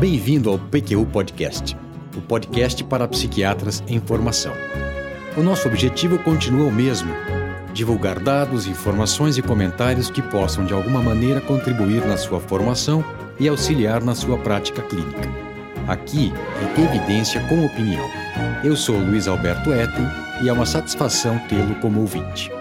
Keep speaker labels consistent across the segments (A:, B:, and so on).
A: Bem-vindo ao PQU Podcast, o podcast para psiquiatras em formação. O nosso objetivo continua o mesmo: divulgar dados, informações e comentários que possam de alguma maneira contribuir na sua formação e auxiliar na sua prática clínica. Aqui é evidência com opinião. Eu sou Luiz Alberto Etten e é uma satisfação tê-lo como ouvinte.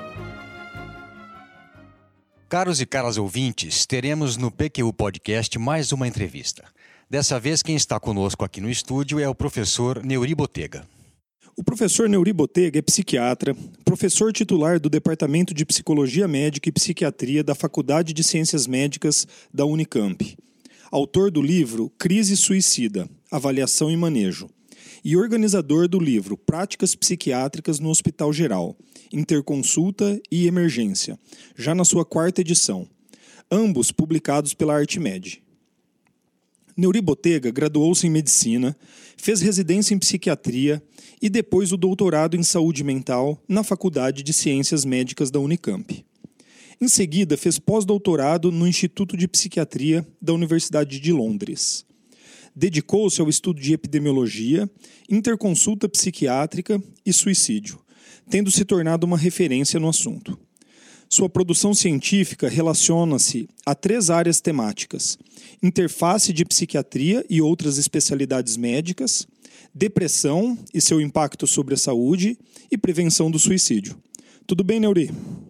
A: Caros e caras ouvintes, teremos no PQU Podcast mais uma entrevista. Dessa vez, quem está conosco aqui no estúdio é o professor Neuri Botega.
B: O professor Neuri Botega é psiquiatra, professor titular do Departamento de Psicologia Médica e Psiquiatria da Faculdade de Ciências Médicas da Unicamp. Autor do livro Crise Suicida, Avaliação e Manejo. E organizador do livro Práticas Psiquiátricas no Hospital Geral, Interconsulta e Emergência, já na sua 4ª edição. Ambos publicados pela Artimed. Neuri Botega graduou-se em Medicina, fez residência em Psiquiatria e depois o doutorado em Saúde Mental na Faculdade de Ciências Médicas da Unicamp. Em seguida, fez pós-doutorado no Instituto de Psiquiatria da Universidade de Londres. Dedicou-se ao estudo de epidemiologia, interconsulta psiquiátrica e suicídio, tendo se tornado uma referência no assunto. Sua produção científica relaciona-se a 3 áreas temáticas: interface de psiquiatria e outras especialidades médicas, depressão e seu impacto sobre a saúde e prevenção do suicídio. Tudo bem, Neuri?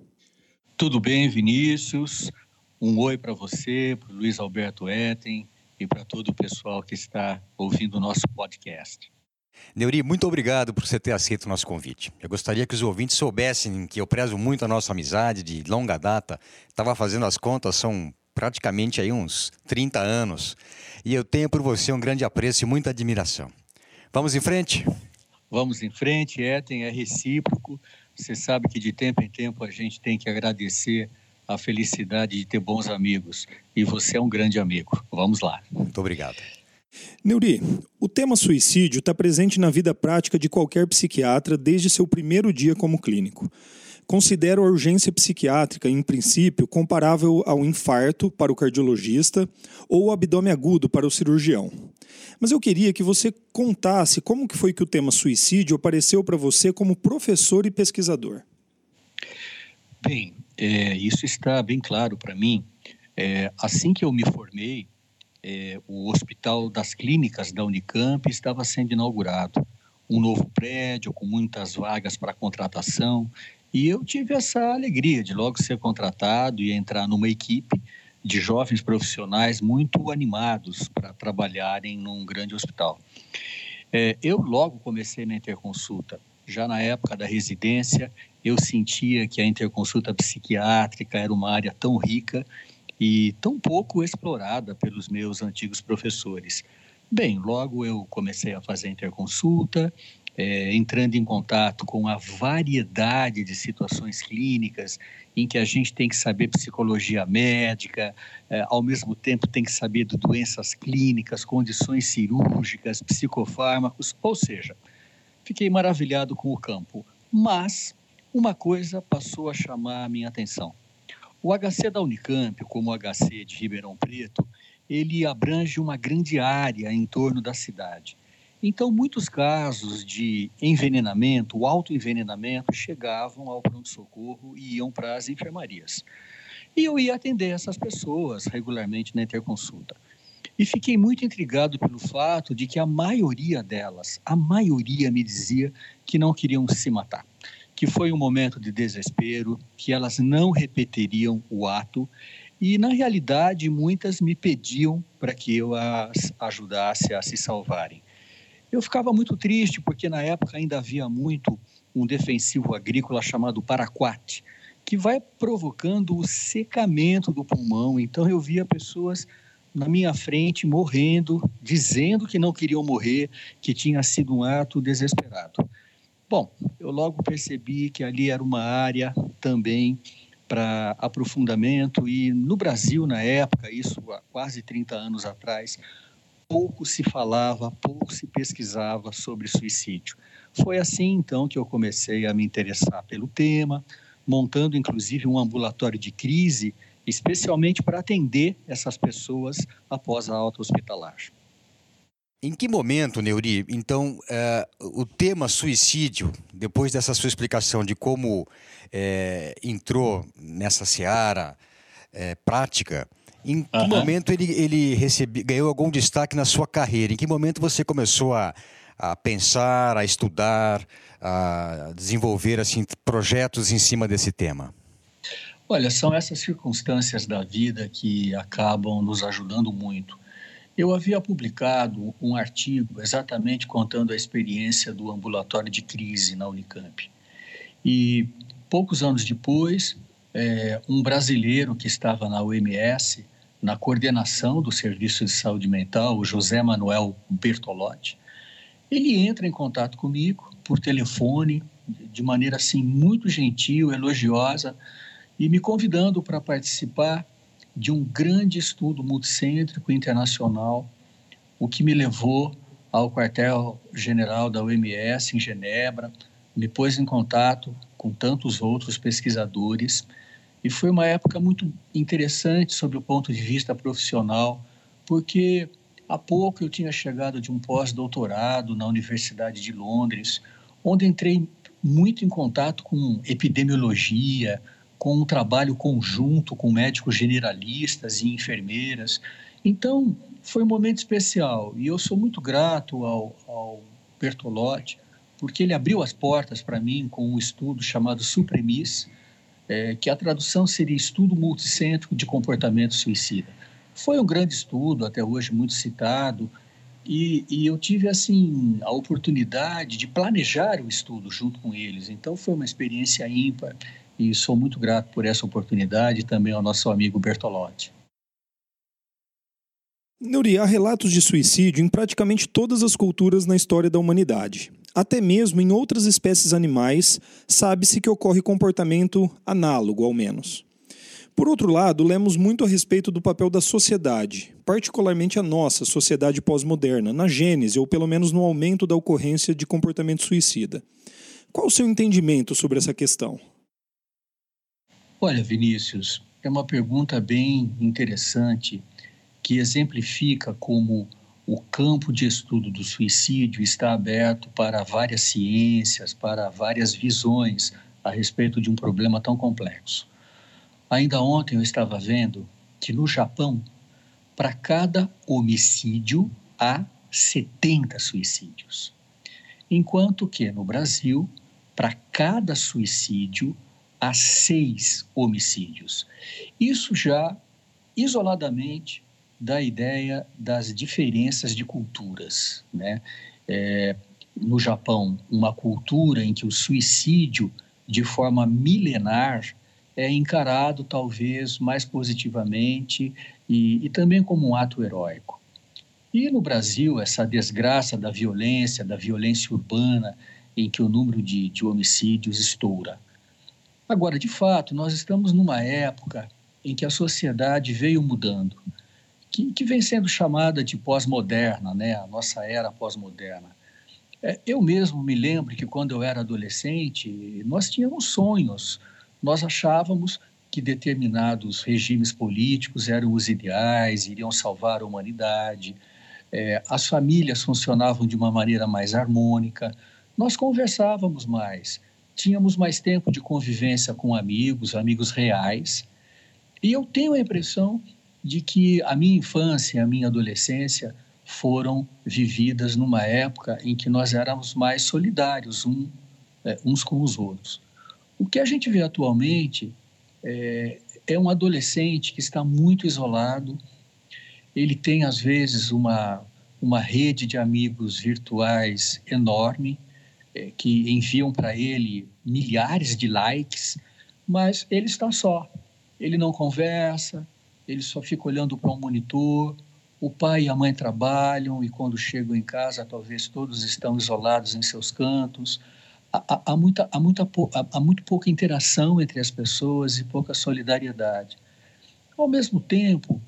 C: Tudo bem, Vinícius. Um oi para você, para o Luiz Alberto Etten e para todo o pessoal que está ouvindo o nosso podcast.
A: Neuri, muito obrigado por você ter aceito o nosso convite. Eu gostaria que os ouvintes soubessem que eu prezo muito a nossa amizade de longa data. Estava fazendo as contas, são praticamente aí uns 30 anos. E eu tenho por você um grande apreço e muita admiração. Vamos em frente?
C: Vamos em frente, Etten, é recíproco. Você sabe que de tempo em tempo a gente tem que agradecer a felicidade de ter bons amigos. E você é um grande amigo. Vamos lá.
A: Muito obrigado.
B: Neuri, o tema suicídio está presente na vida prática de qualquer psiquiatra desde seu primeiro dia como clínico. Considero a urgência psiquiátrica, em princípio, comparável ao infarto para o cardiologista ou o abdômen agudo para o cirurgião. Mas eu queria que você contasse como que foi que o tema suicídio apareceu para você como professor e pesquisador.
C: Bem, isso está bem claro para mim. Assim que eu me formei, o Hospital das Clínicas da Unicamp estava sendo inaugurado. Um novo prédio com muitas vagas para contratação. E eu tive essa alegria de logo ser contratado e entrar numa equipe de jovens profissionais muito animados para trabalharem num grande hospital. Eu logo comecei na interconsulta. Já na época da residência, eu sentia que a interconsulta psiquiátrica era uma área tão rica e tão pouco explorada pelos meus antigos professores. Bem, logo eu comecei a fazer interconsulta, entrando em contato com a variedade de situações clínicas em que a gente tem que saber psicologia médica, ao mesmo tempo tem que saber de doenças clínicas, condições cirúrgicas, psicofármacos, ou seja, fiquei maravilhado com o campo. Mas uma coisa passou a chamar a minha atenção. O HC da Unicamp, como o HC de Ribeirão Preto, ele abrange uma grande área em torno da cidade. Então, muitos casos de envenenamento, autoenvenenamento, chegavam ao pronto-socorro e iam para as enfermarias. E eu ia atender essas pessoas regularmente na interconsulta. E fiquei muito intrigado pelo fato de que a maioria delas, a maioria me dizia que não queriam se matar, que foi um momento de desespero, que elas não repetiriam o ato. E, na realidade, muitas me pediam para que eu as ajudasse a se salvarem. Eu ficava muito triste porque, na época, ainda havia muito um defensivo agrícola chamado paraquat, que vai provocando o secamento do pulmão. Então, eu via pessoas na minha frente morrendo, dizendo que não queriam morrer, que tinha sido um ato desesperado. Bom, eu logo percebi que ali era uma área também para aprofundamento e no Brasil, na época, isso há quase 30 anos atrás, pouco se falava, pouco se pesquisava sobre suicídio. Foi assim, então, que eu comecei a me interessar pelo tema, montando, inclusive, um ambulatório de crise, especialmente para atender essas pessoas após a alta hospitalar.
A: Em que momento, Neuri, então, o tema suicídio, depois dessa sua explicação de como entrou nessa seara prática, em que momento ele ganhou algum destaque na sua carreira? Em que momento você começou a pensar, a estudar, a desenvolver assim, projetos em cima desse tema?
C: Olha, são essas circunstâncias da vida que acabam nos ajudando muito. Eu havia publicado um artigo exatamente contando a experiência do ambulatório de crise na Unicamp. E poucos anos depois, um brasileiro que estava na OMS, na coordenação do Serviço de Saúde Mental, o José Manuel Bertolotti, ele entra em contato comigo por telefone, de maneira assim muito gentil, elogiosa, e me convidando para participar de um grande estudo multicêntrico internacional, o que me levou ao quartel-general da OMS em Genebra, me pôs em contato com tantos outros pesquisadores, e foi uma época muito interessante sob o ponto de vista profissional, porque há pouco eu tinha chegado de um pós-doutorado na Universidade de Londres, onde entrei muito em contato com epidemiologia, com um trabalho conjunto com médicos generalistas e enfermeiras. Então, foi um momento especial e eu sou muito grato ao Bertolotti, porque ele abriu as portas para mim com um estudo chamado Supremis, que a tradução seria Estudo Multicêntrico de Comportamento Suicida. Foi um grande estudo, até hoje muito citado, e eu tive assim a oportunidade de planejar o estudo junto com eles. Então, foi uma experiência ímpar. E sou muito grato por essa oportunidade e também ao nosso amigo Bertolotti.
B: Neuri, há relatos de suicídio em praticamente todas as culturas na história da humanidade. Até mesmo em outras espécies animais, sabe-se que ocorre comportamento análogo, ao menos. Por outro lado, lemos muito a respeito do papel da sociedade, particularmente a nossa sociedade pós-moderna, na gênese ou pelo menos no aumento da ocorrência de comportamento suicida. Qual o seu entendimento sobre essa questão?
C: Olha, Vinícius, é uma pergunta bem interessante que exemplifica como o campo de estudo do suicídio está aberto para várias ciências, para várias visões a respeito de um problema tão complexo. Ainda ontem eu estava vendo que no Japão, para cada homicídio, há 70 suicídios. Enquanto que no Brasil, para cada suicídio, há 6 homicídios. Isso já, isoladamente, dá ideia das diferenças de culturas, né? No Japão, uma cultura em que o suicídio, de forma milenar, é encarado talvez mais positivamente e também como um ato heróico. E no Brasil, essa desgraça da violência urbana, em que o número de homicídios estoura. Agora, de fato, nós estamos numa época em que a sociedade veio mudando, que vem sendo chamada de pós-moderna, né? A nossa era pós-moderna. Eu mesmo me lembro que quando eu era adolescente, nós tínhamos sonhos, nós achávamos que determinados regimes políticos eram os ideais, iriam salvar a humanidade, as famílias funcionavam de uma maneira mais harmônica, nós conversávamos mais, tínhamos mais tempo de convivência com amigos reais, e eu tenho a impressão de que a minha infância e a minha adolescência foram vividas numa época em que nós éramos mais solidários uns com os outros. O que a gente vê atualmente é um adolescente que está muito isolado, ele tem às vezes uma rede de amigos virtuais enorme, que enviam para ele milhares de likes, mas ele está só. Ele não conversa, ele só fica olhando para um monitor, o pai e a mãe trabalham e quando chegam em casa talvez todos estão isolados em seus cantos. Há muito pouca interação entre as pessoas e pouca solidariedade. Ao mesmo tempo,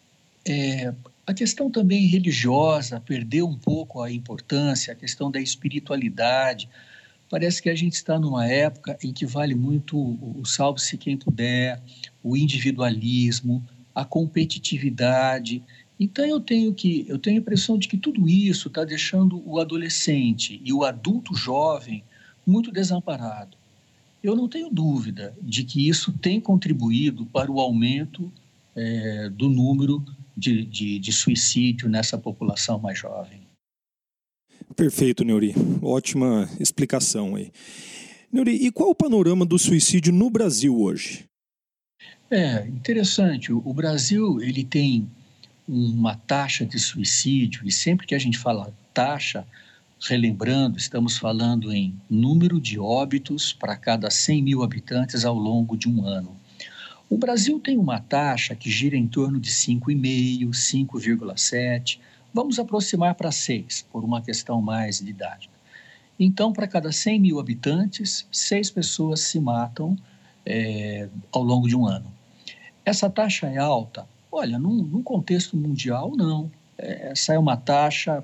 C: a questão também religiosa perdeu um pouco a importância, a questão da espiritualidade. Parece que a gente está numa época em que vale muito o salve-se quem puder, o individualismo, a competitividade. Então eu tenho a impressão de que tudo isso está deixando o adolescente e o adulto jovem muito desamparado. Eu não tenho dúvida de que isso tem contribuído para o aumento do número de suicídio nessa população mais jovem.
B: Perfeito, Neuri. Ótima explicação aí. Neuri, e qual o panorama do suicídio no Brasil hoje?
C: Interessante. O Brasil ele tem uma taxa de suicídio, e sempre que a gente fala taxa, relembrando, estamos falando em número de óbitos para cada 100 mil habitantes ao longo de um ano. O Brasil tem uma taxa que gira em torno de 5,5, 5,7, vamos aproximar para 6, por uma questão mais didática. Então, para cada 100 mil habitantes, 6 pessoas se matam ao longo de um ano. Essa taxa é alta? Olha, num contexto mundial, não. Essa é uma taxa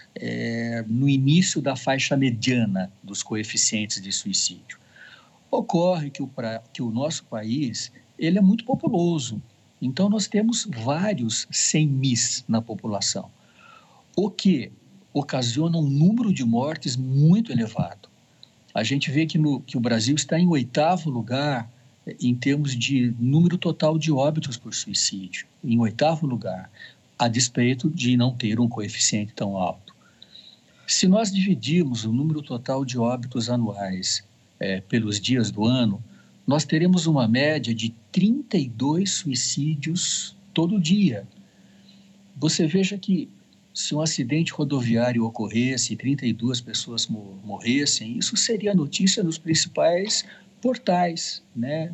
C: no início da faixa mediana dos coeficientes de suicídio. Ocorre que o nosso país ele é muito populoso, então nós temos vários 100.000 na população, o que ocasiona um número de mortes muito elevado. A gente vê que o Brasil está em 8º lugar em termos de número total de óbitos por suicídio, em 8º lugar, a despeito de não ter um coeficiente tão alto. Se nós dividirmos o número total de óbitos anuais pelos dias do ano, nós teremos uma média de 32 suicídios todo dia. Você veja que se um acidente rodoviário ocorresse e 32 pessoas morressem, isso seria notícia nos principais portais, né?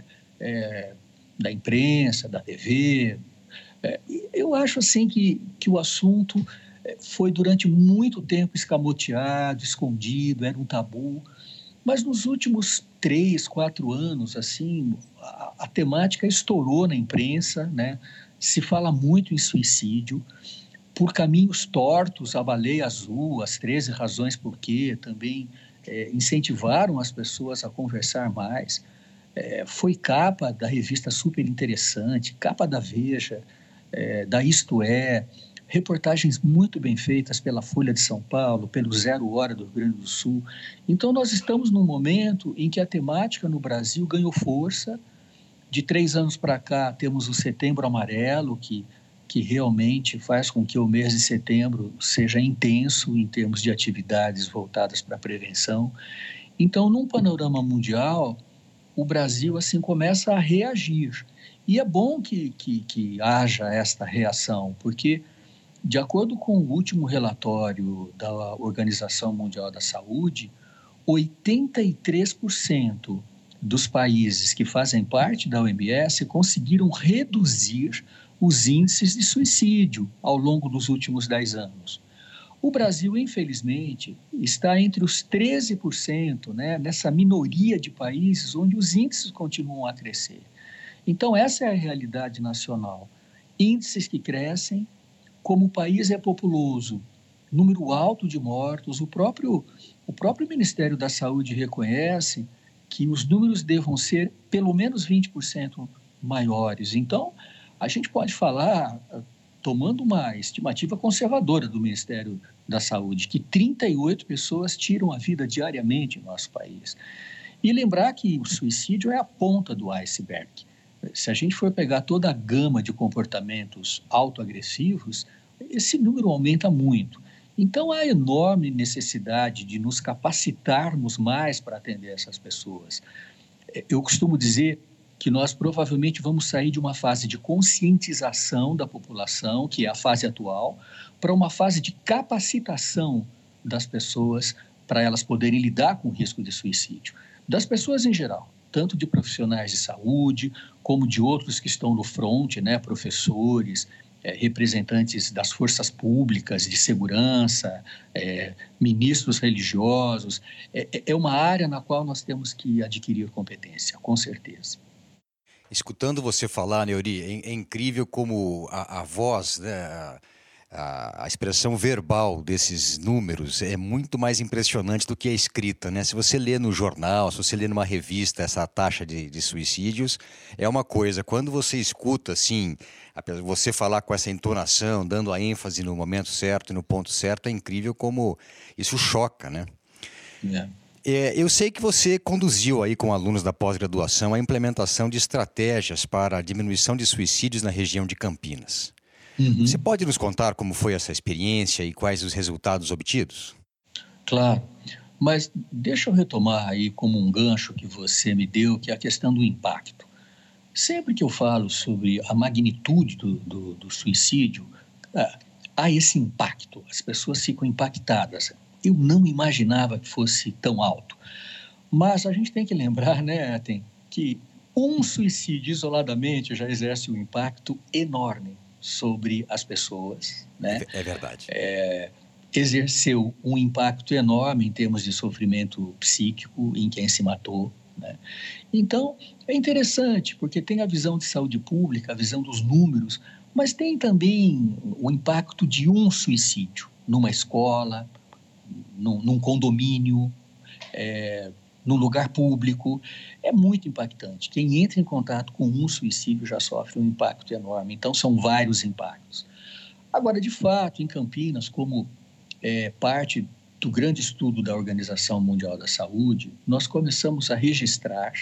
C: Da imprensa, da TV. Eu acho assim que o assunto foi durante muito tempo escamoteado, escondido, era um tabu, mas nos últimos 3, 4 anos, assim, a temática estourou na imprensa, né? Se fala muito em suicídio, por caminhos tortos, a Baleia Azul, as 13 razões por quê, também incentivaram as pessoas a conversar mais. Foi capa da revista Super Interessante, capa da Veja, da Isto É, reportagens muito bem feitas pela Folha de São Paulo, pelo Zero Hora do Rio Grande do Sul. Então, nós estamos num momento em que a temática no Brasil ganhou força. De 3 anos para cá, temos o Setembro Amarelo, que realmente faz com que o mês de setembro seja intenso em termos de atividades voltadas para a prevenção. Então, num panorama mundial, o Brasil assim começa a reagir. E é bom que haja esta reação, porque, de acordo com o último relatório da Organização Mundial da Saúde, 83% dos países que fazem parte da OMS conseguiram reduzir os índices de suicídio ao longo dos últimos 10 anos. O Brasil, infelizmente, está entre os 13%, né, nessa minoria de países onde os índices continuam a crescer. Então, essa é a realidade nacional. Índices que crescem, como o país é populoso, número alto de mortos, o próprio Ministério da Saúde reconhece que os números devam ser pelo menos 20% maiores. Então, a gente pode falar, tomando uma estimativa conservadora do Ministério da Saúde, que 38 pessoas tiram a vida diariamente no nosso país. E lembrar que o suicídio é a ponta do iceberg. Se a gente for pegar toda a gama de comportamentos autoagressivos, esse número aumenta muito. Então, há enorme necessidade de nos capacitarmos mais para atender essas pessoas. Eu costumo dizer que nós provavelmente vamos sair de uma fase de conscientização da população, que é a fase atual, para uma fase de capacitação das pessoas para elas poderem lidar com o risco de suicídio. Das pessoas em geral, tanto de profissionais de saúde, como de outros que estão no front, né, professores, representantes das forças públicas, de segurança, ministros religiosos. É uma área na qual nós temos que adquirir competência, com certeza.
A: Escutando você falar, Neuri, é incrível como a voz, né,
D: a expressão verbal desses números é muito mais impressionante do que a escrita, né? Se você lê no jornal, se você lê numa revista essa taxa de suicídios, é uma coisa. Quando você escuta, assim, você falar com essa entonação, dando a ênfase no momento certo e no ponto certo, é incrível como isso choca, né? Eu sei que você conduziu aí com alunos da pós-graduação a implementação de estratégias para a diminuição de suicídios na região de Campinas. Você pode nos contar como foi essa experiência e quais os resultados obtidos?
C: Claro, mas deixa eu retomar aí como um gancho que você me deu, que é a questão do impacto. Sempre que eu falo sobre a magnitude do suicídio, há esse impacto, as pessoas ficam impactadas. Eu não imaginava que fosse tão alto. Mas a gente tem que lembrar, né, Ethem, que um suicídio isoladamente já exerce um impacto enorme sobre as pessoas, né?
D: É verdade.
C: Exerceu um impacto enorme em termos de sofrimento psíquico em quem se matou, né? Então, é interessante, porque tem a visão de saúde pública, a visão dos números, mas tem também o impacto de um suicídio numa escola, num condomínio, num lugar público. É muito impactante. Quem entra em contato com um suicídio já sofre um impacto enorme. Então, são vários impactos. Agora, de fato, em Campinas, como parte do grande estudo da Organização Mundial da Saúde, nós começamos a registrar,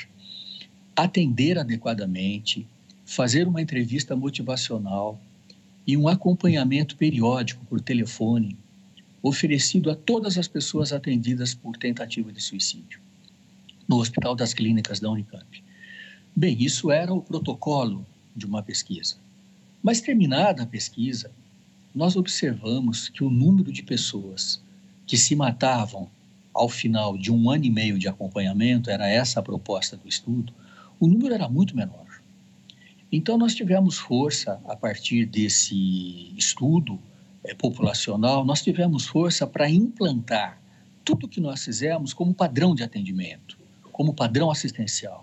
C: atender adequadamente, fazer uma entrevista motivacional e um acompanhamento periódico por telefone oferecido a todas as pessoas atendidas por tentativa de suicídio no Hospital das Clínicas da Unicamp. Bem, isso era o protocolo de uma pesquisa. Mas, terminada a pesquisa, nós observamos que o número de pessoas que se matavam ao final de 1 ano e meio de acompanhamento, era essa a proposta do estudo, o número era muito menor. Então, nós tivemos força, a partir desse estudo populacional, nós tivemos força para implantar tudo o que nós fizemos como padrão de atendimento, como padrão assistencial.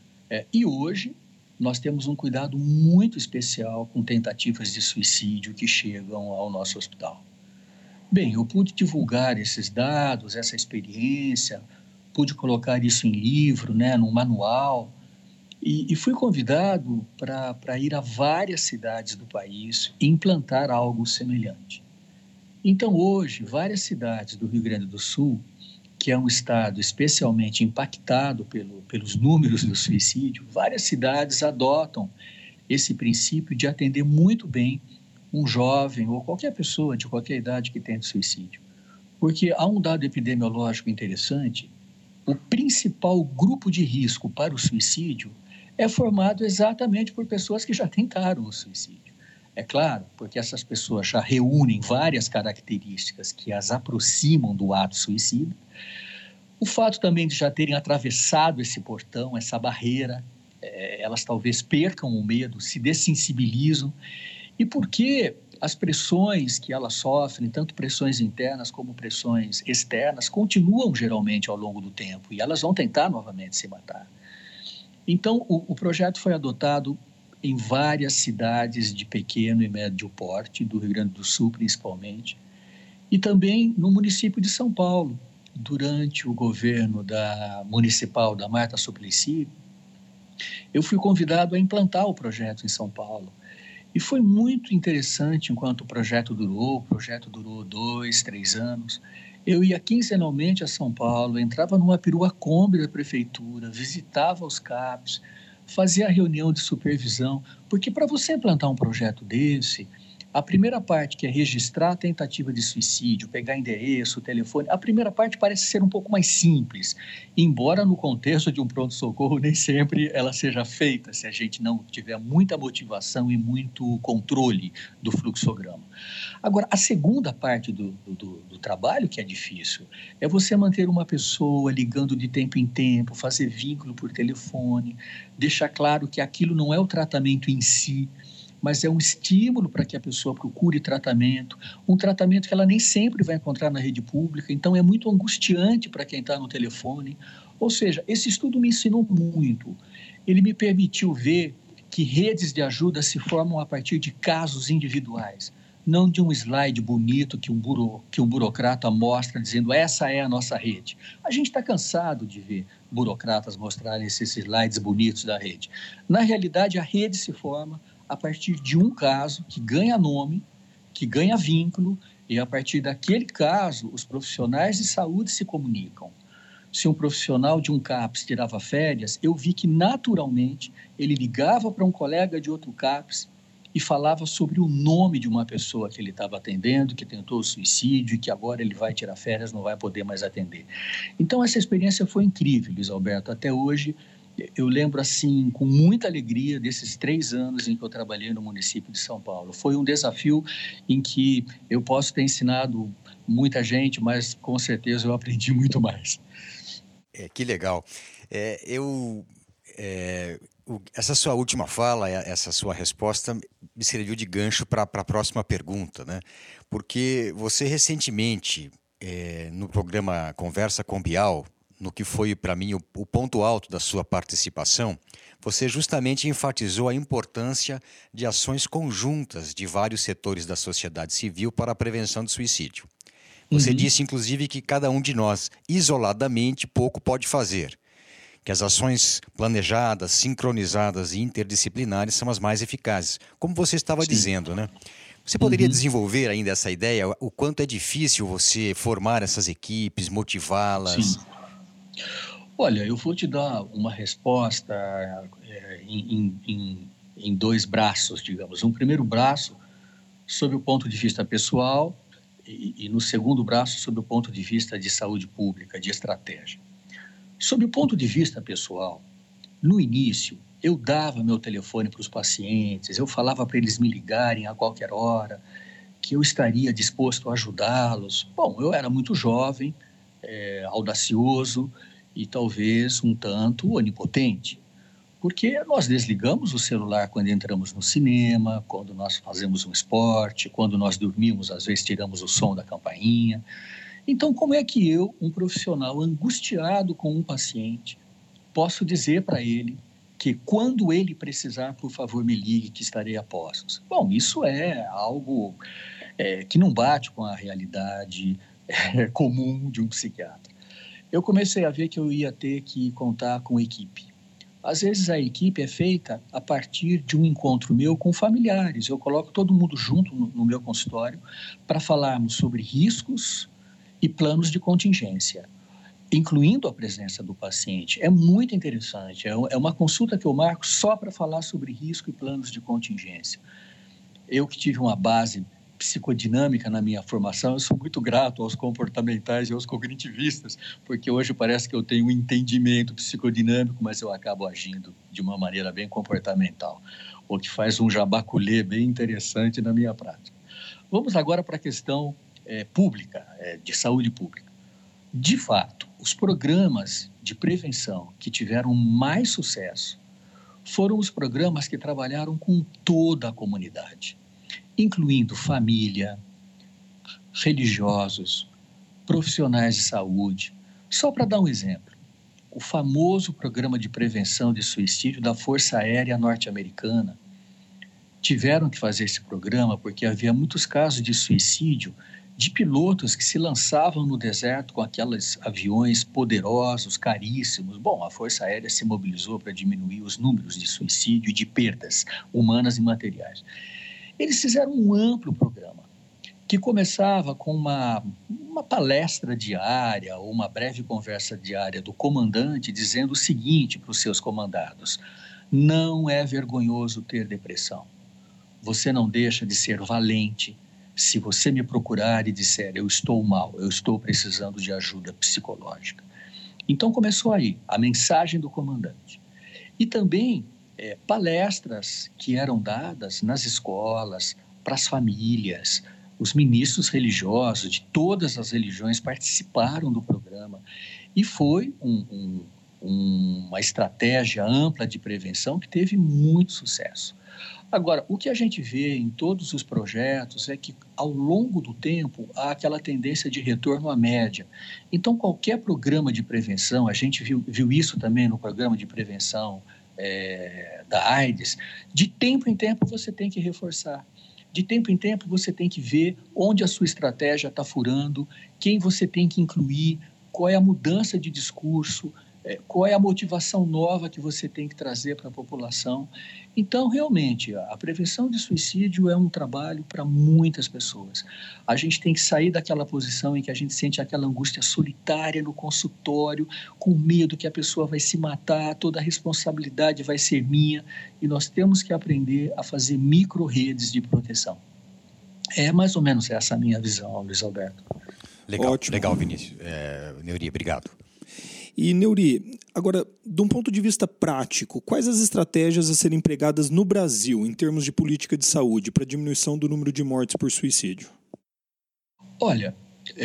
C: E hoje nós temos um cuidado muito especial com tentativas de suicídio que chegam ao nosso hospital. Bem, eu pude divulgar esses dados, essa experiência, pude colocar isso em livro, né, num manual, e fui convidado para ir a várias cidades do país e implantar algo semelhante. Então, hoje, várias cidades do Rio Grande do Sul, que é um estado especialmente impactado pelos números do suicídio, várias cidades adotam esse princípio de atender muito bem um jovem ou qualquer pessoa de qualquer idade que tente suicídio. Porque há um dado epidemiológico interessante: o principal grupo de risco para o suicídio é formado exatamente por pessoas que já tentaram o suicídio. É claro, porque essas pessoas já reúnem várias características que as aproximam do ato suicida. O fato também de já terem atravessado esse portão, essa barreira, elas talvez percam o medo, se dessensibilizam. E porque as pressões que elas sofrem, tanto pressões internas como pressões externas, continuam geralmente ao longo do tempo e elas vão tentar novamente se matar. Então, o projeto foi adotado em várias cidades de pequeno e médio porte, do Rio Grande do Sul principalmente, e também no município de São Paulo. Durante o governo municipal da Marta Suplicy, eu fui convidado a implantar o projeto em São Paulo. E foi muito interessante enquanto o projeto durou 2, 3 anos. Eu ia quinzenalmente a São Paulo, entrava numa perua Kombi da prefeitura, visitava os CAPs, fazia a reunião de supervisão, porque para você implantar um projeto desse, a primeira parte, que é registrar a tentativa de suicídio, pegar endereço, telefone, a primeira parte parece ser um pouco mais simples, embora no contexto de um pronto-socorro nem sempre ela seja feita, se a gente não tiver muita motivação e muito controle do fluxograma. Agora, a segunda parte do trabalho, que é difícil, é você manter uma pessoa ligando de tempo em tempo, fazer vínculo por telefone, deixar claro que aquilo não é o tratamento em si, mas é um estímulo para que a pessoa procure tratamento, um tratamento que ela nem sempre vai encontrar na rede pública, então é muito angustiante para quem está no telefone. Ou seja, esse estudo me ensinou muito. Ele me permitiu ver que redes de ajuda se formam a partir de casos individuais. não de um slide bonito que um burocrata mostra dizendo essa é a nossa rede. A gente está cansado de ver burocratas mostrarem esses slides bonitos da rede. Na realidade, a rede se forma a partir de um caso que ganha nome, que ganha vínculo, e a partir daquele caso, os profissionais de saúde se comunicam. Se um profissional de um CAPS tirava férias, eu vi que naturalmente ele ligava para um colega de outro CAPS e falava sobre o nome de uma pessoa que ele estava atendendo, que tentou o suicídio e que agora ele vai tirar férias, não vai poder mais atender. Então, essa experiência foi incrível, Luiz Alberto. Até hoje, eu lembro, assim, com muita alegria desses 3 anos em que eu trabalhei no município de São Paulo. Foi um desafio em que eu posso ter ensinado muita gente, mas com certeza eu aprendi muito mais.
D: Que legal. Essa sua última fala, essa sua resposta me serviu de gancho para a próxima pergunta, né? Porque você recentemente, no programa Conversa com Bial, no que foi para mim o ponto alto da sua participação, você justamente enfatizou a importância de ações conjuntas de vários setores da sociedade civil para a prevenção do suicídio. Você disse, inclusive, que cada um de nós, isoladamente, pouco pode fazer. Que as ações planejadas, sincronizadas e interdisciplinares são as mais eficazes. Como você estava dizendo, né? Você poderia desenvolver ainda essa ideia? O quanto é difícil você formar essas equipes, motivá-las?
C: Sim. Olha, eu vou te dar uma resposta em 2 braços, digamos. Um primeiro braço, sob o ponto de vista pessoal, e no segundo braço, sob o ponto de vista de saúde pública, de estratégia. Sob o ponto de vista pessoal, no início, eu dava meu telefone para os pacientes, eu falava para eles me ligarem a qualquer hora, que eu estaria disposto a ajudá-los. Bom, eu era muito jovem, audacioso e talvez um tanto onipotente, porque nós desligamos o celular quando entramos no cinema, quando nós fazemos um esporte, quando nós dormimos, às vezes tiramos o som da campainha. Então, como é que eu, um profissional angustiado com um paciente, posso dizer para ele que quando ele precisar, por favor, me ligue que estarei a postos? Bom, isso é algo que não bate com a realidade comum de um psiquiatra. Eu comecei a ver que eu ia ter que contar com equipe. Às vezes a equipe é feita a partir de um encontro meu com familiares. Eu coloco todo mundo junto no meu consultório para falarmos sobre riscos e planos de contingência, incluindo a presença do paciente. É muito interessante. É uma consulta que eu marco só para falar sobre risco e planos de contingência. Eu que tive uma base psicodinâmica na minha formação, eu sou muito grato aos comportamentais e aos cognitivistas, porque hoje parece que eu tenho um entendimento psicodinâmico, mas eu acabo agindo de uma maneira bem comportamental, o que faz um jabaculê bem interessante na minha prática. Vamos agora para a questão pública, de saúde pública. De fato, os programas de prevenção que tiveram mais sucesso foram os programas que trabalharam com toda a comunidade, incluindo família, religiosos, profissionais de saúde. Só para dar um exemplo, o famoso programa de prevenção de suicídio da Força Aérea Norte-Americana tiveram que fazer esse programa porque havia muitos casos de suicídio de pilotos que se lançavam no deserto com aqueles aviões poderosos, caríssimos. Bom, a Força Aérea se mobilizou para diminuir os números de suicídio e de perdas humanas e materiais. Eles fizeram um amplo programa que começava com uma palestra diária ou uma breve conversa diária do comandante dizendo o seguinte para os seus comandados: não é vergonhoso ter depressão. Você não deixa de ser valente se você me procurar e disser eu estou mal, eu estou precisando de ajuda psicológica. Então começou aí a mensagem do comandante. E também palestras que eram dadas nas escolas, para as famílias. Os ministros religiosos de todas as religiões participaram do programa e foi uma estratégia ampla de prevenção que teve muito sucesso. Agora, o que a gente vê em todos os projetos é que, ao longo do tempo, há aquela tendência de retorno à média. Então, qualquer programa de prevenção, a gente viu isso também no programa de prevenção da AIDS, de tempo em tempo você tem que reforçar. De tempo em tempo você tem que ver onde a sua estratégia está furando, quem você tem que incluir, qual é a mudança de discurso, qual é a motivação nova que você tem que trazer para a população. Então, realmente, a prevenção de suicídio é um trabalho para muitas pessoas. A gente tem que sair daquela posição em que a gente sente aquela angústia solitária no consultório, com medo que a pessoa vai se matar, toda a responsabilidade vai ser minha, e nós temos que aprender a fazer micro-redes de proteção. É mais ou menos essa a minha visão, Luiz Alberto.
D: Legal,
B: Ótimo.
D: legal, Vinícius. Neuri, obrigado.
B: E, Neuri, agora, de um ponto de vista prático, quais as estratégias a serem empregadas no Brasil, em termos de política de saúde, para a diminuição do número de mortes por suicídio?
C: Olha,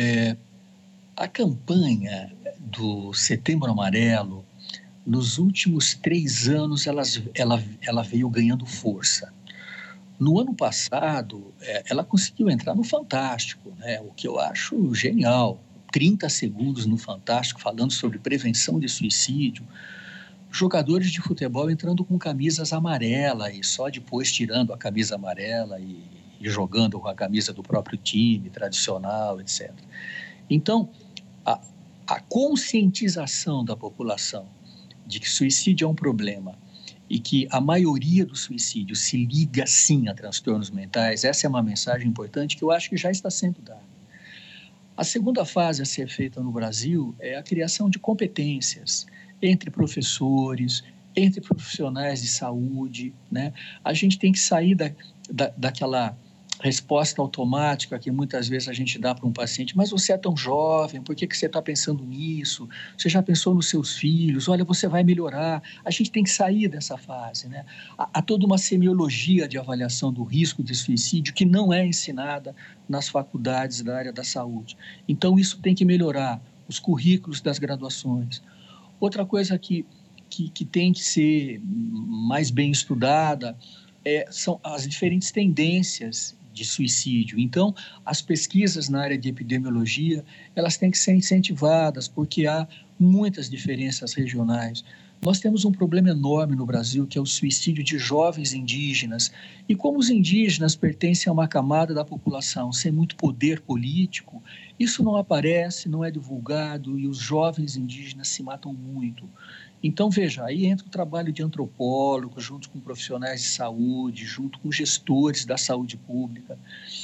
C: a campanha do Setembro Amarelo, nos últimos 3 anos, ela veio ganhando força. No ano passado, ela conseguiu entrar no Fantástico, né? O que eu acho genial. 30 segundos no Fantástico falando sobre prevenção de suicídio, jogadores de futebol entrando com camisas amarelas e só depois tirando a camisa amarela e jogando com a camisa do próprio time tradicional, etc. Então, a conscientização da população de que suicídio é um problema e que a maioria dos suicídios se liga sim a transtornos mentais, essa é uma mensagem importante que eu acho que já está sendo dada. A segunda fase a ser feita no Brasil é a criação de competências entre professores, entre profissionais de saúde, né? A gente tem que sair daquela resposta automática que muitas vezes a gente dá para um paciente, mas você é tão jovem, por que você está pensando nisso? Você já pensou nos seus filhos? Olha, você vai melhorar. A gente tem que sair dessa fase, né? Há toda uma semiologia de avaliação do risco de suicídio que não é ensinada nas faculdades da área da saúde. Então, isso tem que melhorar, os currículos das graduações. Outra coisa que tem que ser mais bem estudada são as diferentes tendências de suicídio. Então, as pesquisas na área de epidemiologia, elas têm que ser incentivadas, porque há muitas diferenças regionais. Nós temos um problema enorme no Brasil, que é o suicídio de jovens indígenas. E como os indígenas pertencem a uma camada da população sem muito poder político, isso não aparece, não é divulgado, e os jovens indígenas se matam muito. Então, veja, aí entra o trabalho de antropólogos, junto com profissionais de saúde, junto com gestores da saúde pública.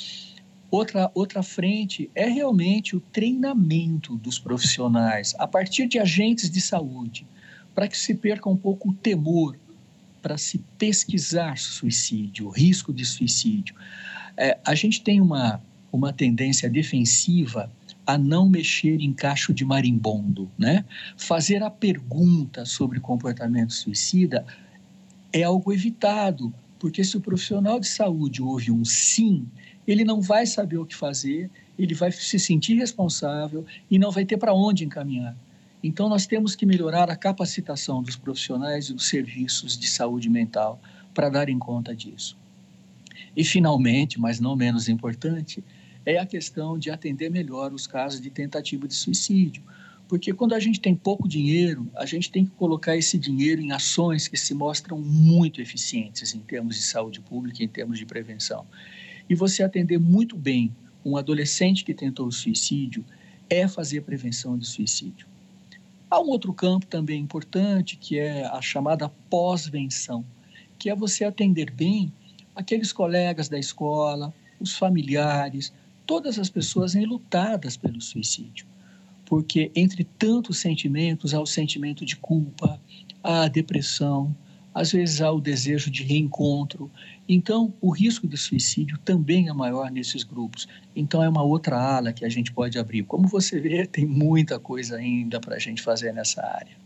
C: Outra frente é realmente o treinamento dos profissionais, a partir de agentes de saúde, para que se perca um pouco o temor para se pesquisar suicídio, o risco de suicídio. A gente tem uma tendência defensiva a não mexer em cacho de marimbondo, né? Fazer a pergunta sobre comportamento suicida é algo evitado, porque se o profissional de saúde ouve um sim, ele não vai saber o que fazer, ele vai se sentir responsável e não vai ter para onde encaminhar. Então, nós temos que melhorar a capacitação dos profissionais e dos serviços de saúde mental para darem conta disso. E, finalmente, mas não menos importante, é a questão de atender melhor os casos de tentativa de suicídio. Porque quando a gente tem pouco dinheiro, a gente tem que colocar esse dinheiro em ações que se mostram muito eficientes em termos de saúde pública, em termos de prevenção. E você atender muito bem um adolescente que tentou o suicídio é fazer prevenção de suicídio. Há um outro campo também importante, que é a chamada pós-venção, que é você atender bem aqueles colegas da escola, os familiares, todas as pessoas enlutadas pelo suicídio. Porque entre tantos sentimentos, há o sentimento de culpa, há a depressão, às vezes há o desejo de reencontro. Então, o risco de suicídio também é maior nesses grupos. Então, é uma outra ala que a gente pode abrir. Como você vê, tem muita coisa ainda para a gente fazer nessa área.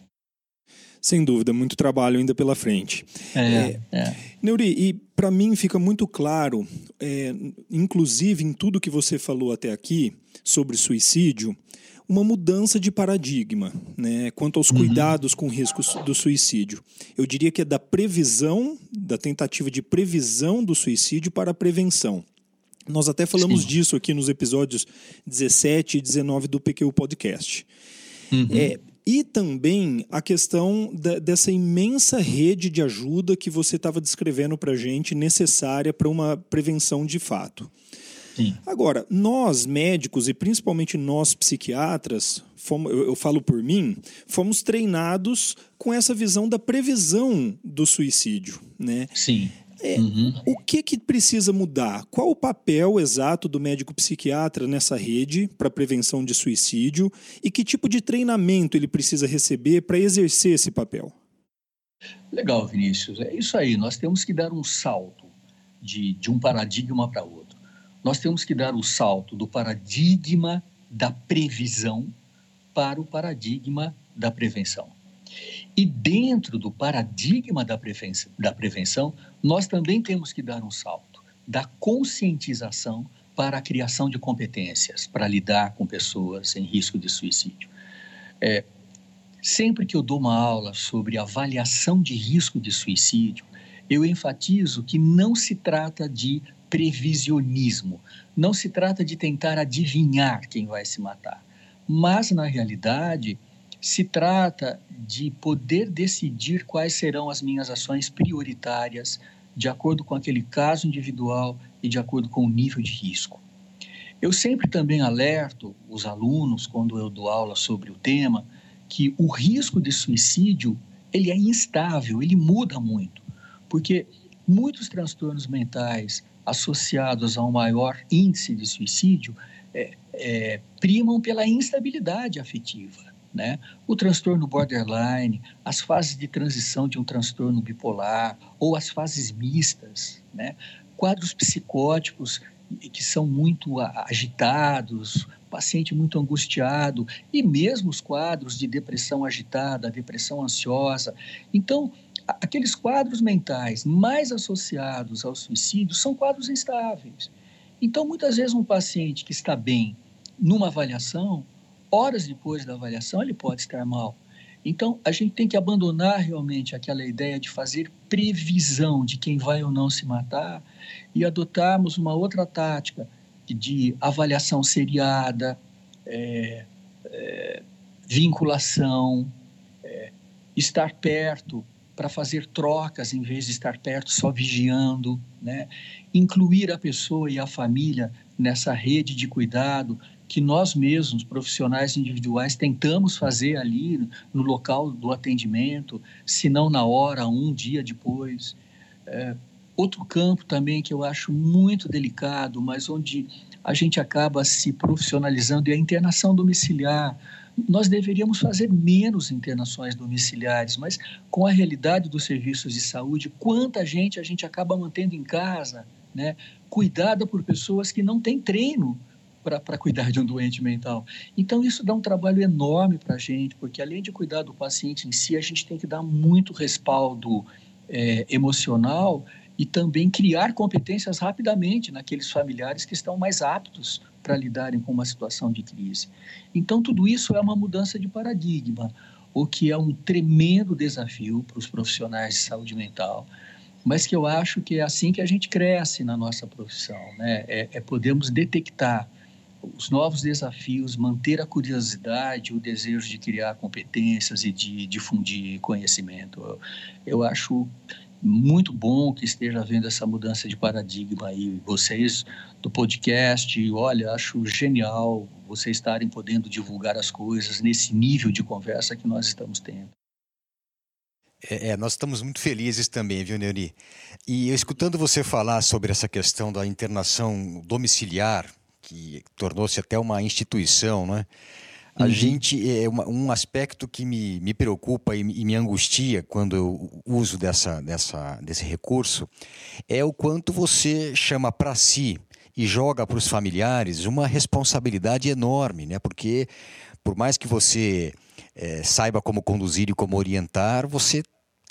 B: Sem dúvida, muito trabalho ainda pela frente. Neuri, e para mim fica muito claro, inclusive em tudo que você falou até aqui sobre suicídio, uma mudança de paradigma, né, quanto aos cuidados com o risco do suicídio. Eu diria que é da previsão, da tentativa de previsão do suicídio para a prevenção. Nós até falamos disso aqui nos episódios 17 e 19 do PQ Podcast. E também a questão dessa imensa rede de ajuda que você estava descrevendo para a gente, necessária para uma prevenção de fato.
C: Sim.
B: Agora, nós médicos e principalmente nós psiquiatras, eu falo por mim, fomos treinados com essa visão da previsão do suicídio, né?
C: Sim.
B: O que precisa mudar? Qual o papel exato do médico psiquiatra nessa rede para prevenção de suicídio e que tipo de treinamento ele precisa receber para exercer esse papel?
C: Legal, Vinícius. É isso aí. Nós temos que dar um salto de um paradigma para outro. Nós temos que dar o salto do paradigma da previsão para o paradigma da prevenção. E dentro do paradigma da prevenção, nós também temos que dar um salto da conscientização para a criação de competências para lidar com pessoas em risco de suicídio. Sempre que eu dou uma aula sobre avaliação de risco de suicídio, eu enfatizo que não se trata de previsionismo, não se trata de tentar adivinhar quem vai se matar, mas, na realidade, se trata de poder decidir quais serão as minhas ações prioritárias de acordo com aquele caso individual e de acordo com o nível de risco. Eu sempre também alerto os alunos, quando eu dou aula sobre o tema, que o risco de suicídio ele é instável, ele muda muito, porque muitos transtornos mentais associados a um maior índice de suicídio primam pela instabilidade afetiva, né? O transtorno borderline, as fases de transição de um transtorno bipolar ou as fases mistas, né? Quadros psicóticos que são muito agitados, paciente muito angustiado e mesmo os quadros de depressão agitada, depressão ansiosa. Então, aqueles quadros mentais mais associados ao suicídio são quadros instáveis. Então, muitas vezes um paciente que está bem numa avaliação, horas depois da avaliação, ele pode estar mal. Então, a gente tem que abandonar realmente aquela ideia de fazer previsão de quem vai ou não se matar e adotarmos uma outra tática de avaliação seriada, vinculação, estar perto para fazer trocas em vez de estar perto só vigiando, né? Incluir a pessoa e a família nessa rede de cuidado que nós mesmos, profissionais individuais, tentamos fazer ali no local do atendimento, se não na hora, um dia depois. Outro campo também que eu acho muito delicado, mas onde a gente acaba se profissionalizando, é a internação domiciliar. Nós deveríamos fazer menos internações domiciliares, mas com a realidade dos serviços de saúde, quanta gente a gente acaba mantendo em casa, né, cuidada por pessoas que não têm treino para cuidar de um doente mental. Então, isso dá um trabalho enorme para a gente, porque além de cuidar do paciente em si, a gente tem que dar muito respaldo emocional e também criar competências rapidamente naqueles familiares que estão mais aptos para lidarem com uma situação de crise. Então, tudo isso é uma mudança de paradigma, o que é um tremendo desafio para os profissionais de saúde mental, mas que eu acho que é assim que a gente cresce na nossa profissão, né? Podermos detectar os novos desafios, manter a curiosidade, o desejo de criar competências e de difundir conhecimento. Eu acho muito bom que esteja havendo essa mudança de paradigma aí. Vocês do podcast, olha, acho genial vocês estarem podendo divulgar as coisas nesse nível de conversa que nós estamos tendo.
D: Nós estamos muito felizes também, viu, Neuri? E escutando você falar sobre essa questão da internação domiciliar, que tornou-se até uma instituição, né? A gente, um aspecto que me preocupa e me angustia quando eu uso desse recurso é o quanto você chama para si e joga para os familiares uma responsabilidade enorme, né? Porque por mais que você saiba como conduzir e como orientar, você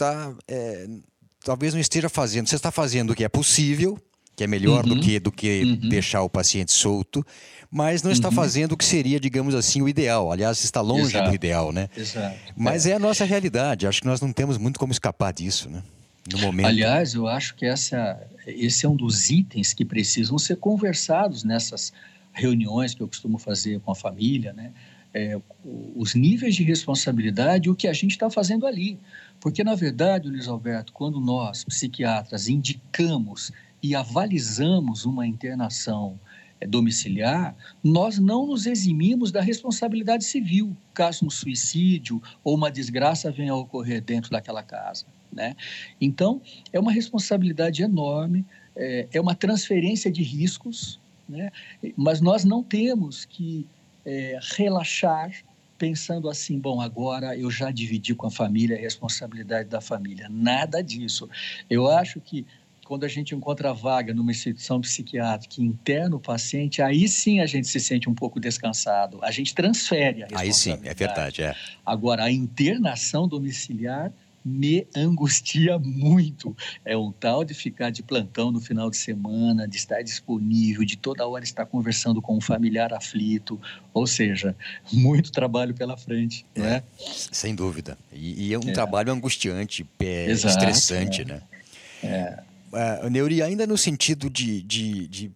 D: talvez não esteja fazendo. Você está fazendo o que é possível, que é melhor do que deixar o paciente solto, mas não está fazendo o que seria, digamos assim, o ideal. Aliás, está longe do ideal, né?
C: Exato.
D: Mas é a nossa realidade. Acho que nós não temos muito como escapar disso, né? No momento.
C: Aliás, eu acho que esse é um dos itens que precisam ser conversados nessas reuniões que eu costumo fazer com a família, né? os níveis de responsabilidade e o que a gente está fazendo ali. Porque, na verdade, Luiz Alberto, quando nós, psiquiatras, indicamos e avalizamos uma internação domiciliar, nós não nos eximimos da responsabilidade civil, caso um suicídio ou uma desgraça venha a ocorrer dentro daquela casa, né? Então, é uma responsabilidade enorme, é uma transferência de riscos, né? Mas nós não temos que relaxar pensando assim, bom, agora eu já dividi com a família a responsabilidade da família. Nada disso. Eu acho que quando a gente encontra vaga numa instituição psiquiátrica e interna o paciente, aí sim a gente se sente um pouco descansado. A gente transfere a responsabilidade.
D: Aí sim, é verdade.
C: Agora, a internação domiciliar me angustia muito. É um tal de ficar de plantão no final de semana, de estar disponível, de toda hora estar conversando com um familiar aflito. Ou seja, muito trabalho pela frente, né?
D: Sem dúvida. E é um trabalho angustiante,
C: Exato,
D: estressante, né? Neuri, ainda no sentido de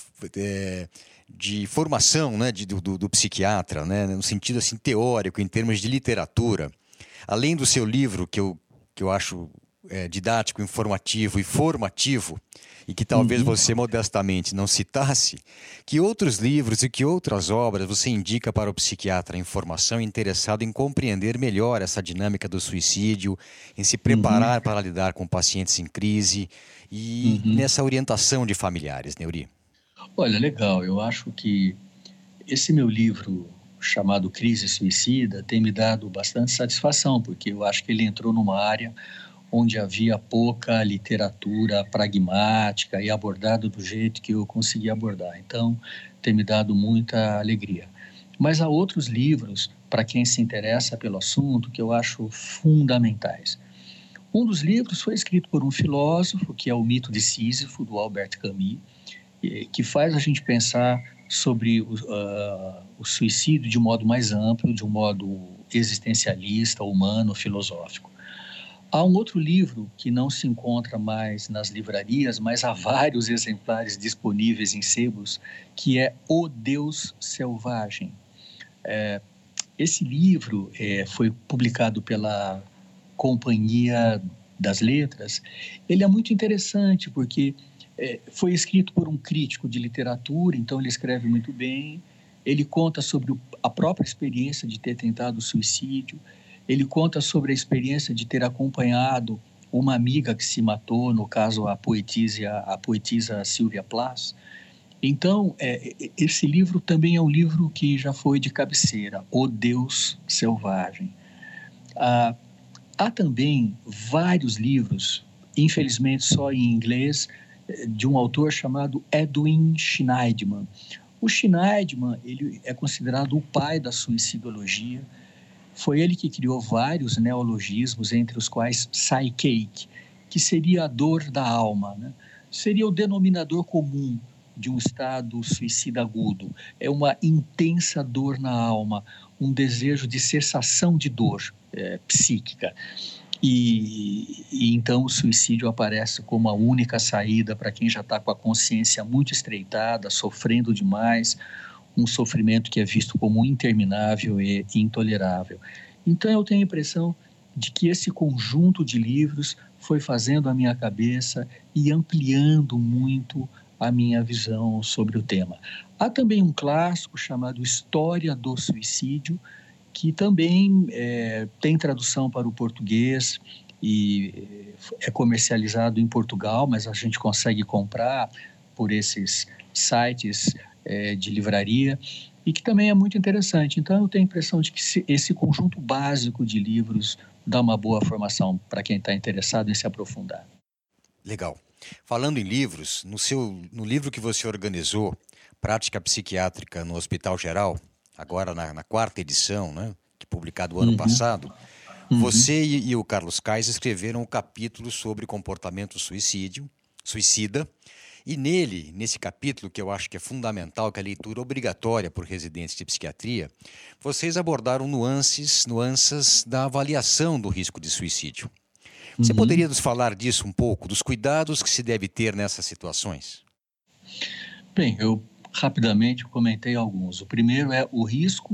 D: formação, né, do psiquiatra, né, no sentido assim, teórico, em termos de literatura, além do seu livro, que eu acho didático, informativo e formativo, e que talvez você modestamente não citasse, que outros livros e que outras obras você indica para o psiquiatra em formação interessado em compreender melhor essa dinâmica do suicídio, em se preparar para lidar com pacientes em crise e nessa orientação de familiares, Neuri?
C: Olha, legal. Eu acho que esse meu livro chamado Crise Suicida tem me dado bastante satisfação, porque eu acho que ele entrou numa área onde havia pouca literatura pragmática e abordado do jeito que eu consegui abordar. Então, tem me dado muita alegria. Mas há outros livros, para quem se interessa pelo assunto, que eu acho fundamentais. Um dos livros foi escrito por um filósofo, que é O Mito de Sísifo, do Albert Camus, que faz a gente pensar sobre o suicídio de um modo mais amplo, de um modo existencialista, humano, filosófico. Há um outro livro que não se encontra mais nas livrarias, mas há vários exemplares disponíveis em sebos, que é O Deus Selvagem. Esse livro foi publicado pela Companhia das Letras. Ele é muito interessante porque foi escrito por um crítico de literatura, então ele escreve muito bem. Ele conta sobre a própria experiência de ter tentado suicídio. Ele conta sobre a experiência de ter acompanhado uma amiga que se matou, no caso a poetisa Sylvia Plath. Então, esse livro também é um livro que já foi de cabeceira, O Deus Selvagem. Há também vários livros, infelizmente só em inglês, de um autor chamado Edwin Shneidman. O Shneidman, ele é considerado o pai da suicidologia. Foi ele que criou vários neologismos, entre os quais psychic, que seria a dor da alma, né? Seria o denominador comum de um estado suicida agudo. É uma intensa dor na alma, um desejo de cessação de dor psíquica. E então o suicídio aparece como a única saída para quem já está com a consciência muito estreitada, sofrendo demais, um sofrimento que é visto como interminável e intolerável. Então eu tenho a impressão de que esse conjunto de livros foi fazendo a minha cabeça e ampliando muito a minha visão sobre o tema. Há também um clássico chamado História do Suicídio, que também tem tradução para o português e é comercializado em Portugal, mas a gente consegue comprar por esses sites de livraria, e que também é muito interessante. Então eu tenho a impressão de que esse conjunto básico de livros dá uma boa formação para quem está interessado em se aprofundar.
D: Legal. Falando em livros, no livro que você organizou, Prática Psiquiátrica no Hospital Geral, agora na 4ª edição, né, publicado ano passado, você e o Carlos Kais escreveram um capítulo sobre comportamento suicida, e nesse capítulo, que eu acho que é fundamental, que é a leitura obrigatória por residentes de psiquiatria, vocês abordaram nuances da avaliação do risco de suicídio. Você poderia nos falar disso um pouco, dos cuidados que se deve ter nessas situações?
C: Bem, eu rapidamente comentei alguns. O primeiro é o risco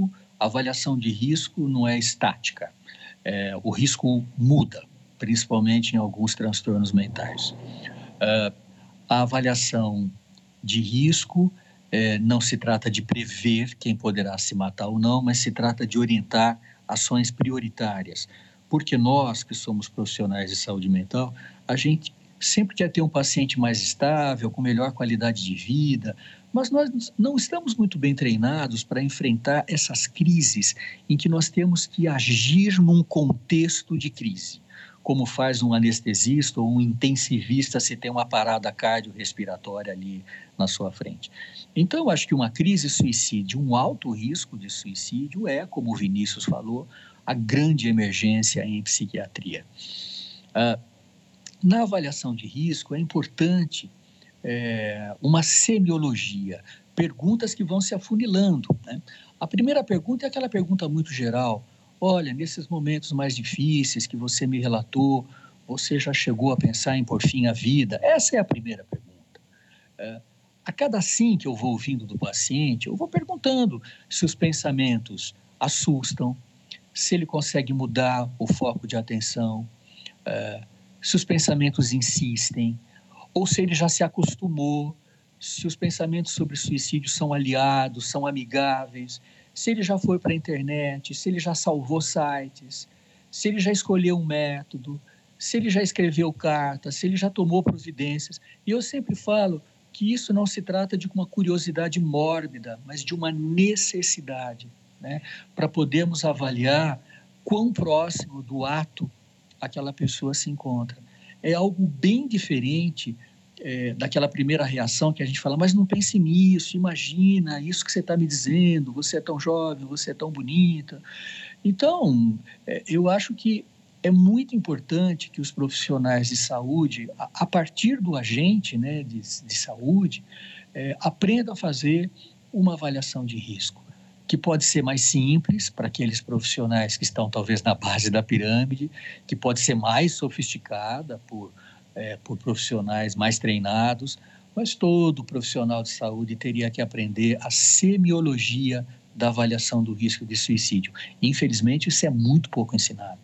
C: a avaliação de risco não é estática. O risco muda, principalmente em alguns transtornos mentais. A avaliação de risco não se trata de prever quem poderá se matar ou não, mas se trata de orientar ações prioritárias. Porque nós, que somos profissionais de saúde mental, a gente sempre quer ter um paciente mais estável, com melhor qualidade de vida, mas nós não estamos muito bem treinados para enfrentar essas crises em que nós temos que agir num contexto de crise, como faz um anestesista ou um intensivista se tem uma parada cardiorrespiratória ali na sua frente. Então, acho que uma crise suicídio, um alto risco de suicídio como o Vinícius falou, a grande emergência em psiquiatria. Na avaliação de risco é importante uma semiologia, perguntas que vão se afunilando, né? A primeira pergunta é aquela pergunta muito geral. Olha, nesses momentos mais difíceis que você me relatou, você já chegou a pensar em pôr fim à vida? Essa é a primeira pergunta. A cada sim que eu vou ouvindo do paciente, eu vou perguntando se os pensamentos assustam, se ele consegue mudar o foco de atenção, se os pensamentos insistem, ou se ele já se acostumou, se os pensamentos sobre suicídio são aliados, são amigáveis, se ele já foi para a internet, se ele já salvou sites, se ele já escolheu um método, se ele já escreveu cartas, se ele já tomou providências. E eu sempre falo que isso não se trata de uma curiosidade mórbida, mas de uma necessidade, né? Para podermos avaliar quão próximo do ato aquela pessoa se encontra. É algo bem diferente daquela primeira reação que a gente fala, mas não pense nisso, imagina isso que você está me dizendo, você é tão jovem, você é tão bonita. Então, eu acho que é muito importante que os profissionais de saúde, a partir do agente, né, de saúde, aprendam a fazer uma avaliação de risco, que pode ser mais simples para aqueles profissionais que estão talvez na base da pirâmide, que pode ser mais sofisticada por profissionais mais treinados, mas todo profissional de saúde teria que aprender a semiologia da avaliação do risco de suicídio. Infelizmente, isso é muito pouco ensinado.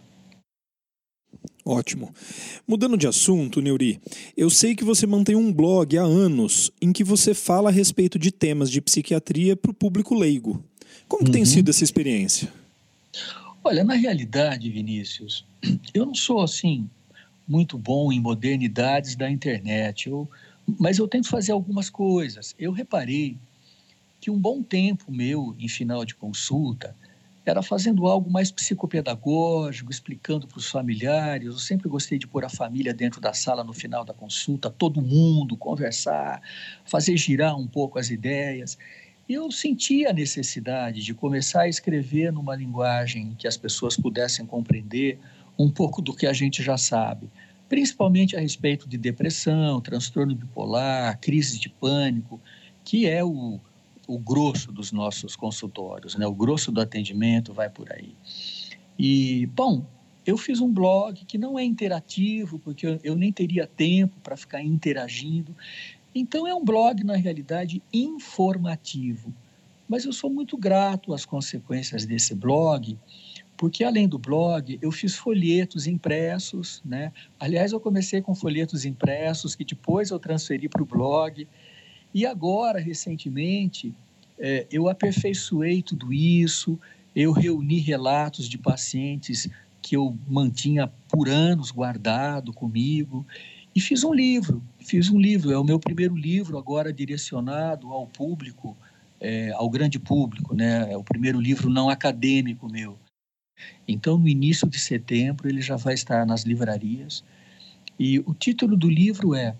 B: Ótimo. Mudando de assunto, Neuri, eu sei que você mantém um blog há anos em que você fala a respeito de temas de psiquiatria para o público leigo. Como que tem sido essa experiência?
C: Olha, na realidade, Vinícius, eu não sou assim muito bom em modernidades da internet, mas eu tento fazer algumas coisas. Eu reparei que um bom tempo meu em final de consulta era fazendo algo mais psicopedagógico, explicando para os familiares. Eu sempre gostei de pôr a família dentro da sala no final da consulta, todo mundo conversar, fazer girar um pouco as ideias. E eu senti a necessidade de começar a escrever numa linguagem que as pessoas pudessem compreender um pouco do que a gente já sabe, principalmente a respeito de depressão, transtorno bipolar, crise de pânico, que é o grosso dos nossos consultórios, né? O grosso do atendimento vai por aí. E, bom, eu fiz um blog que não é interativo, porque eu nem teria tempo para ficar interagindo. Então, é um blog, na realidade, informativo. Mas eu sou muito grato às consequências desse blog, porque, além do blog, eu fiz folhetos impressos, né? Aliás, eu comecei com folhetos impressos, que depois eu transferi para o blog. E agora, recentemente, eu aperfeiçoei tudo isso, eu reuni relatos de pacientes que eu mantinha por anos guardado comigo e fiz um livro. É o meu primeiro livro agora direcionado ao público, ao grande público, né? É o primeiro livro não acadêmico meu. Então, no início de setembro, ele já vai estar nas livrarias. E o título do livro é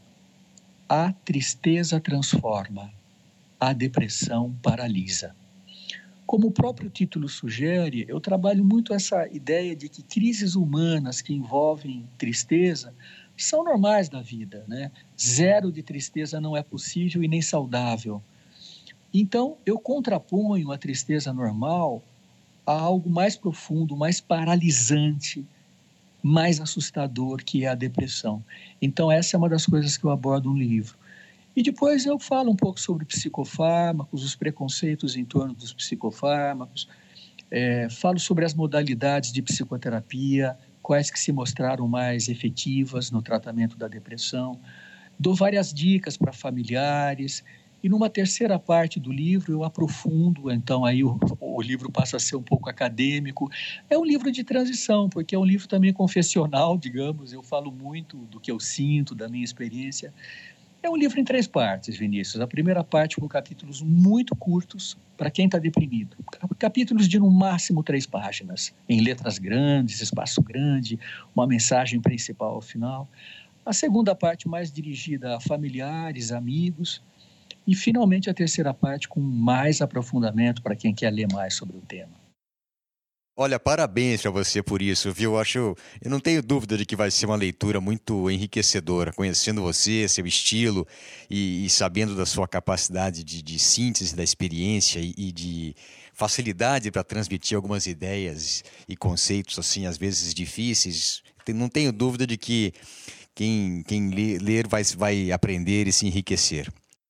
C: A Tristeza Transforma, a Depressão Paralisa. Como o próprio título sugere, eu trabalho muito essa ideia de que crises humanas que envolvem tristeza são normais na vida, né? Zero de tristeza não é possível e nem saudável. Então, eu contraponho a tristeza normal a algo mais profundo, mais paralisante, mais assustador, que é a depressão. Então, essa é uma das coisas que eu abordo no livro. E depois eu falo um pouco sobre psicofármacos, os preconceitos em torno dos psicofármacos. Falo sobre as modalidades de psicoterapia, quais que se mostraram mais efetivas no tratamento da depressão. Dou várias dicas para familiares. E numa terceira parte do livro eu aprofundo, então aí o livro passa a ser um pouco acadêmico. É um livro de transição, porque é um livro também confessional, digamos. Eu falo muito do que eu sinto, da minha experiência. É um livro em 3 partes, Vinícius. A primeira parte com capítulos muito curtos para quem está deprimido. Capítulos de no máximo 3 páginas, em letras grandes, espaço grande, uma mensagem principal ao final. A segunda parte mais dirigida a familiares, amigos. E, finalmente, a terceira parte com mais aprofundamento para quem quer ler mais sobre o tema.
D: Olha, parabéns para você por isso, viu? Eu não tenho dúvida de que vai ser uma leitura muito enriquecedora, conhecendo você, seu estilo e sabendo da sua capacidade de síntese da experiência e de facilidade para transmitir algumas ideias e conceitos, assim, às vezes difíceis. Não tenho dúvida de que quem ler vai aprender e se enriquecer.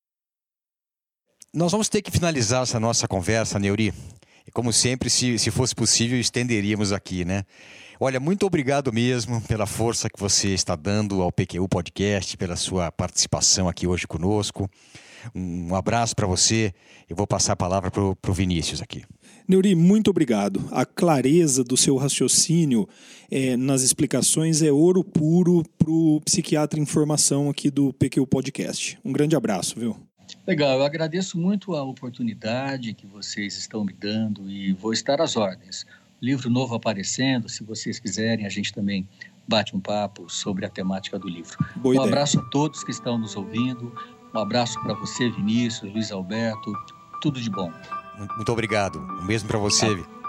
D: Nós vamos ter que finalizar essa nossa conversa, Neuri. E como sempre, se fosse possível, estenderíamos aqui, né? Olha, muito obrigado mesmo pela força que você está dando ao PQU Podcast, pela sua participação aqui hoje conosco. Um abraço para você. Eu vou passar a palavra para o Vinícius aqui.
B: Neuri, muito obrigado. A clareza do seu raciocínio nas explicações é ouro puro para o psiquiatra em formação aqui do PQU Podcast. Um grande abraço, viu?
C: Legal, eu agradeço muito a oportunidade que vocês estão me dando e vou estar às ordens. Livro novo aparecendo, se vocês quiserem, a gente também bate um papo sobre a temática do livro.
B: Boa ideia.
C: Abraço a todos que estão nos ouvindo, um abraço para você, Vinícius, Luiz Alberto, tudo de bom.
D: Muito obrigado, o mesmo para você.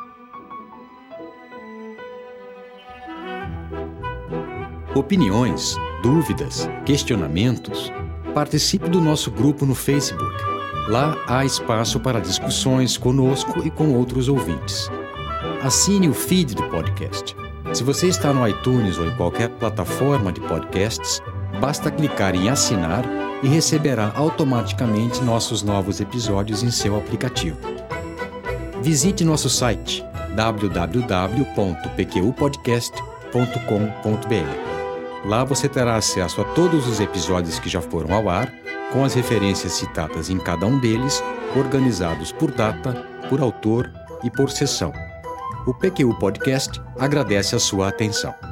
A: Opiniões, dúvidas, questionamentos? Participe do nosso grupo no Facebook. Lá há espaço para discussões conosco e com outros ouvintes. Assine o feed do podcast. Se você está no iTunes ou em qualquer plataforma de podcasts, basta clicar em assinar e receberá automaticamente nossos novos episódios em seu aplicativo. Visite nosso site www.pqpodcast.com.br. Lá você terá acesso a todos os episódios que já foram ao ar, com as referências citadas em cada um deles, organizados por data, por autor e por sessão. O PQU Podcast agradece a sua atenção.